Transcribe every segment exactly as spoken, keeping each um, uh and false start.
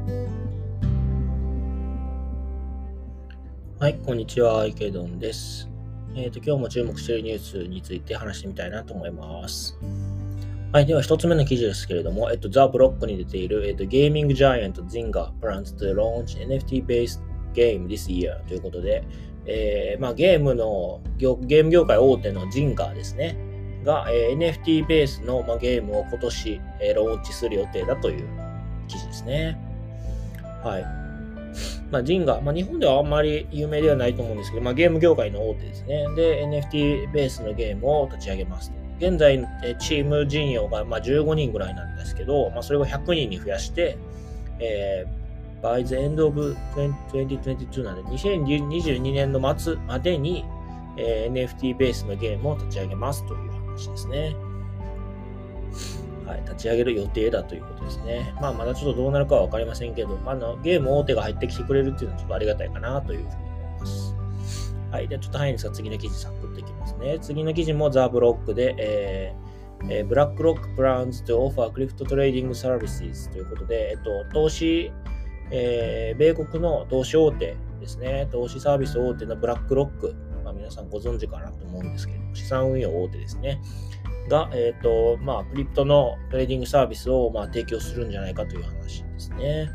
はい、こんにちは、池ドンです。えっと、今日も注目しているニュースについて話してみたいなと思います。はい、では一つ目の記事ですけれども、えっと、ザ・ブロックに出ている、えっと、ゲーミングジャイアント Zynga plans to launch エヌエフティー based game this year ということで、えーまあ、ゲームの業、ゲーム業界大手の Zynga ですね、が、えー、エヌエフティー ベースの、まあ、ゲームを今年、えー、ローンチする予定だという記事ですね。はい。まあ、ジンガ、まあ、日本ではあんまり有名ではないと思うんですけど、まあ、ゲーム業界の大手ですね。で、エヌエフティー ベースのゲームを立ち上げます。現在、チーム陣容がまあじゅうごにんぐらいなんですけど、まあ、それをひゃくにんに増やして、えー、by the end of にせんにじゅうになんで、にせんにじゅうにねんの末までに、えー、エヌエフティー ベースのゲームを立ち上げますという話ですね。はい、立ち上げる予定だということですね。まあ、まだちょっとどうなるかは分かりませんけど、あのゲーム大手が入ってきてくれるっていうのはちょっとありがたいかなというふうに思います。はい、ではちょっと早いんですが、次の記事サクッといきますね。次の記事もザ・ブロックで、えーえー、ブラックロックプランズ to offer crypto trading services ということで、えっと、投資、えー、米国の投資大手ですね。投資サービス大手のブラックロック、まあ、皆さんご存知かなと思うんですけど、資産運用大手ですね。が、えっと、まあ、クリプトのトレーディングサービスを、まあ、提供するんじゃないかという話ですね。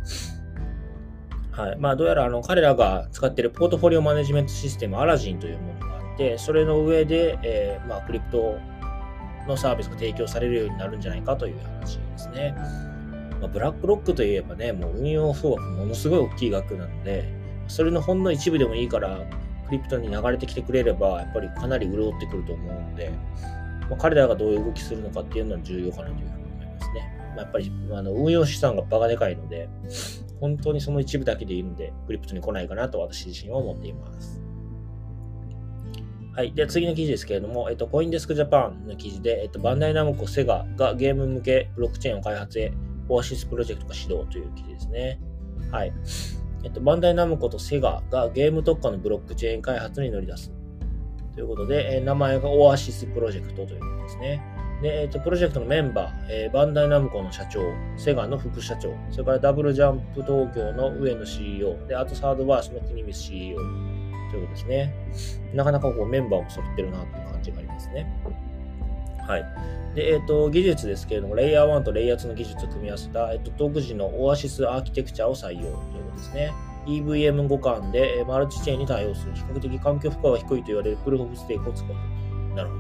はい。まあ、どうやら、あの、彼らが使っているポートフォリオマネジメントシステム、アラジンというものがあって、それの上で、えー、まあ、クリプトのサービスが提供されるようになるんじゃないかという話ですね。まあ、ブラックロックといえばね、もう運用総額ものすごい大きい額なので、それのほんの一部でもいいから、クリプトに流れてきてくれれば、やっぱりかなり潤ってくると思うので、まあ、彼らがどういう動きするのかっていうのは重要かなというふうに思いますね。まあ、やっぱりあの運用資産がバカでかいので、本当にその一部だけでいいので、クリプトに来ないかなと私自身は思っています。はい。で、次の記事ですけれども、えっと、コインデスクジャパンの記事で、えっと、バンダイナムコ、セガがゲーム向けブロックチェーンを開発へ、オアシスプロジェクトが始動という記事ですね。はい。えっと、バンダイナムコとセガがゲーム特化のブロックチェーン開発に乗り出す。ということで、えー、名前がオアシスプロジェクトということですね。で、えっと、プロジェクトのメンバー、えー、バンダイナムコの社長、セガの副社長、それからダブルジャンプ東京の上野 シーイーオー、で、あとサードバースの国光 シーイーオー ということですね。なかなかこうメンバーも揃ってるなという感じがありますね。はい。で、えっと、技術ですけれども、レイヤーワンとレイヤーツーの技術を組み合わせた、えっと、独自のオアシスアーキテクチャを採用ということですね。イーブイエム 互換でマルチチェーンに対応する比較的環境負荷が低いと言われるプルーフオブステークを使う。なるほど。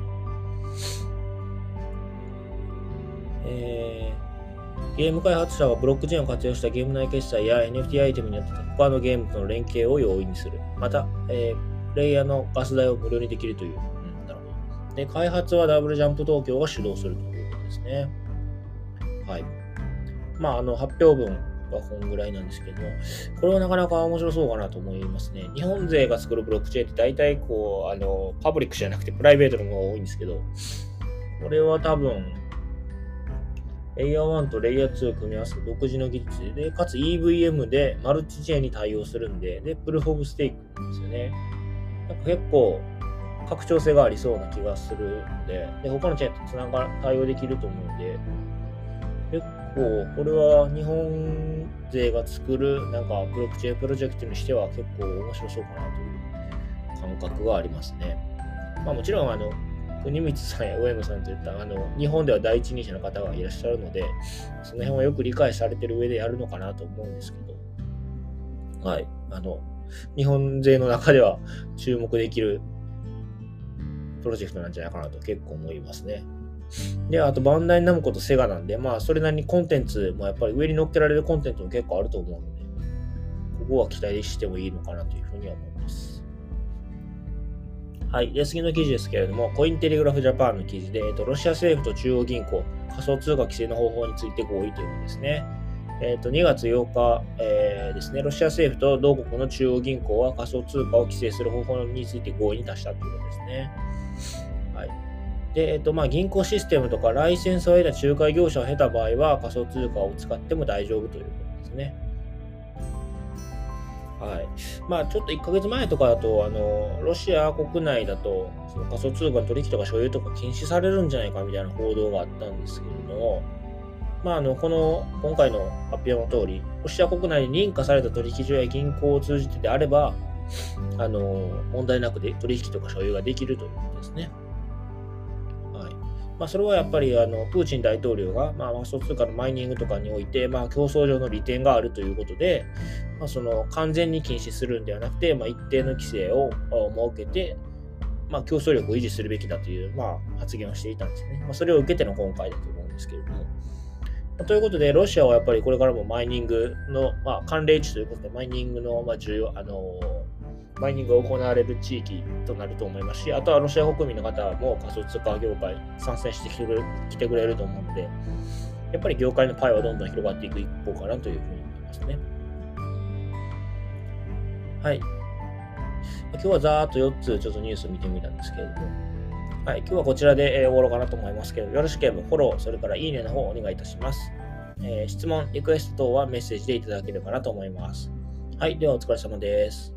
えー、ゲーム開発者はブロックチェーンを活用したゲーム内決済や エヌエフティー アイテムによって他のゲームとの連携を容易にする。また、えー、プレイヤーのガス代を無料にできるという。うん、なるほど。で、開発はダブルジャンプ東京が主導するということですね。はい。まあ、あの、発表文。はこんぐらいなんですけども、これはなかなか面白そうかなと思いますね。日本勢が作るブロックチェーンって大体こう、あの、パブリックじゃなくてプライベートの方が多いんですけど、これは多分、レイヤーワンとレイヤーツーを組み合わせた独自の技術で、かつ イーブイエム でマルチチェーンに対応するんで、で、プルーフオブステークなんですよね。なんか結構、拡張性がありそうな気がするので、で、他のチェーンとつなが対応できると思うんで、結構、これは日本勢が作るなんかブロックチェーンプロジェクトにしては結構面白そうかなという感覚がありますね。まあもちろん、あの、国光さんや上野さんといったあの日本では第一人者の方がいらっしゃるので、その辺はよく理解されている上でやるのかなと思うんですけど、はい。あの、日本勢の中では注目できるプロジェクトなんじゃないかなと結構思いますね。で、あとバンダイナムコとセガなんで、まあそれなりにコンテンツもやっぱり上に乗っけられるコンテンツも結構あると思うので、ここは期待してもいいのかなというふうには思います。はい。で、次の記事ですけれども、コインテレグラフジャパンの記事で、えっと、ロシア政府と中央銀行、仮想通貨規制の方法について合意ということですね。えっと、にがつようか、えー、ですね、ロシア政府と同国の中央銀行は仮想通貨を規制する方法について合意に達したということですね。はい。で、えっと、まあ、銀行システムとかライセンスを得た仲介業者を経た場合は仮想通貨を使っても大丈夫ということですね。はい。まあ、ちょっといっかげつまえとかだと、あの、ロシア国内だと、その仮想通貨の取引とか所有とか禁止されるんじゃないかみたいな報道があったんですけれども、 まあ、あのこの今回の発表の通り、ロシア国内に認可された取引所や銀行を通じてであれば、あの問題なくで取引とか所有ができるということですね。はい。まあ、それはやっぱりあのプーチン大統領が、まあ、仮想通貨のマイニングとかにおいて、まあ、競争上の利点があるということで、まあ、その完全に禁止するんではなくて、まあ、一定の規制を設けて、まあ、競争力を維持するべきだという、まあ、発言をしていたんですね。まあ、それを受けての今回だと思うんですけれども。まあ、ということで、ロシアはやっぱりこれからもマイニングの、まあ、寒冷地ということで、マイニングの、まあ、重要、あのー、マイニングが行われる地域となると思いますし、あとはロシア国民の方も仮想通貨業界参戦してきてくれる、来てくれると思うので、やっぱり業界のパイはどんどん広がっていく一方かなというふうに思いますね。はい。今日はざーっとよっつちょっとニュースを見てみたんですけれども、はい、今日はこちらで、えー、終わろうかなと思いますけど、よろしければフォロー、それからいいねの方をお願いいたします。えー、質問、リクエスト等はメッセージでいただければなと思います。はい、ではお疲れ様です。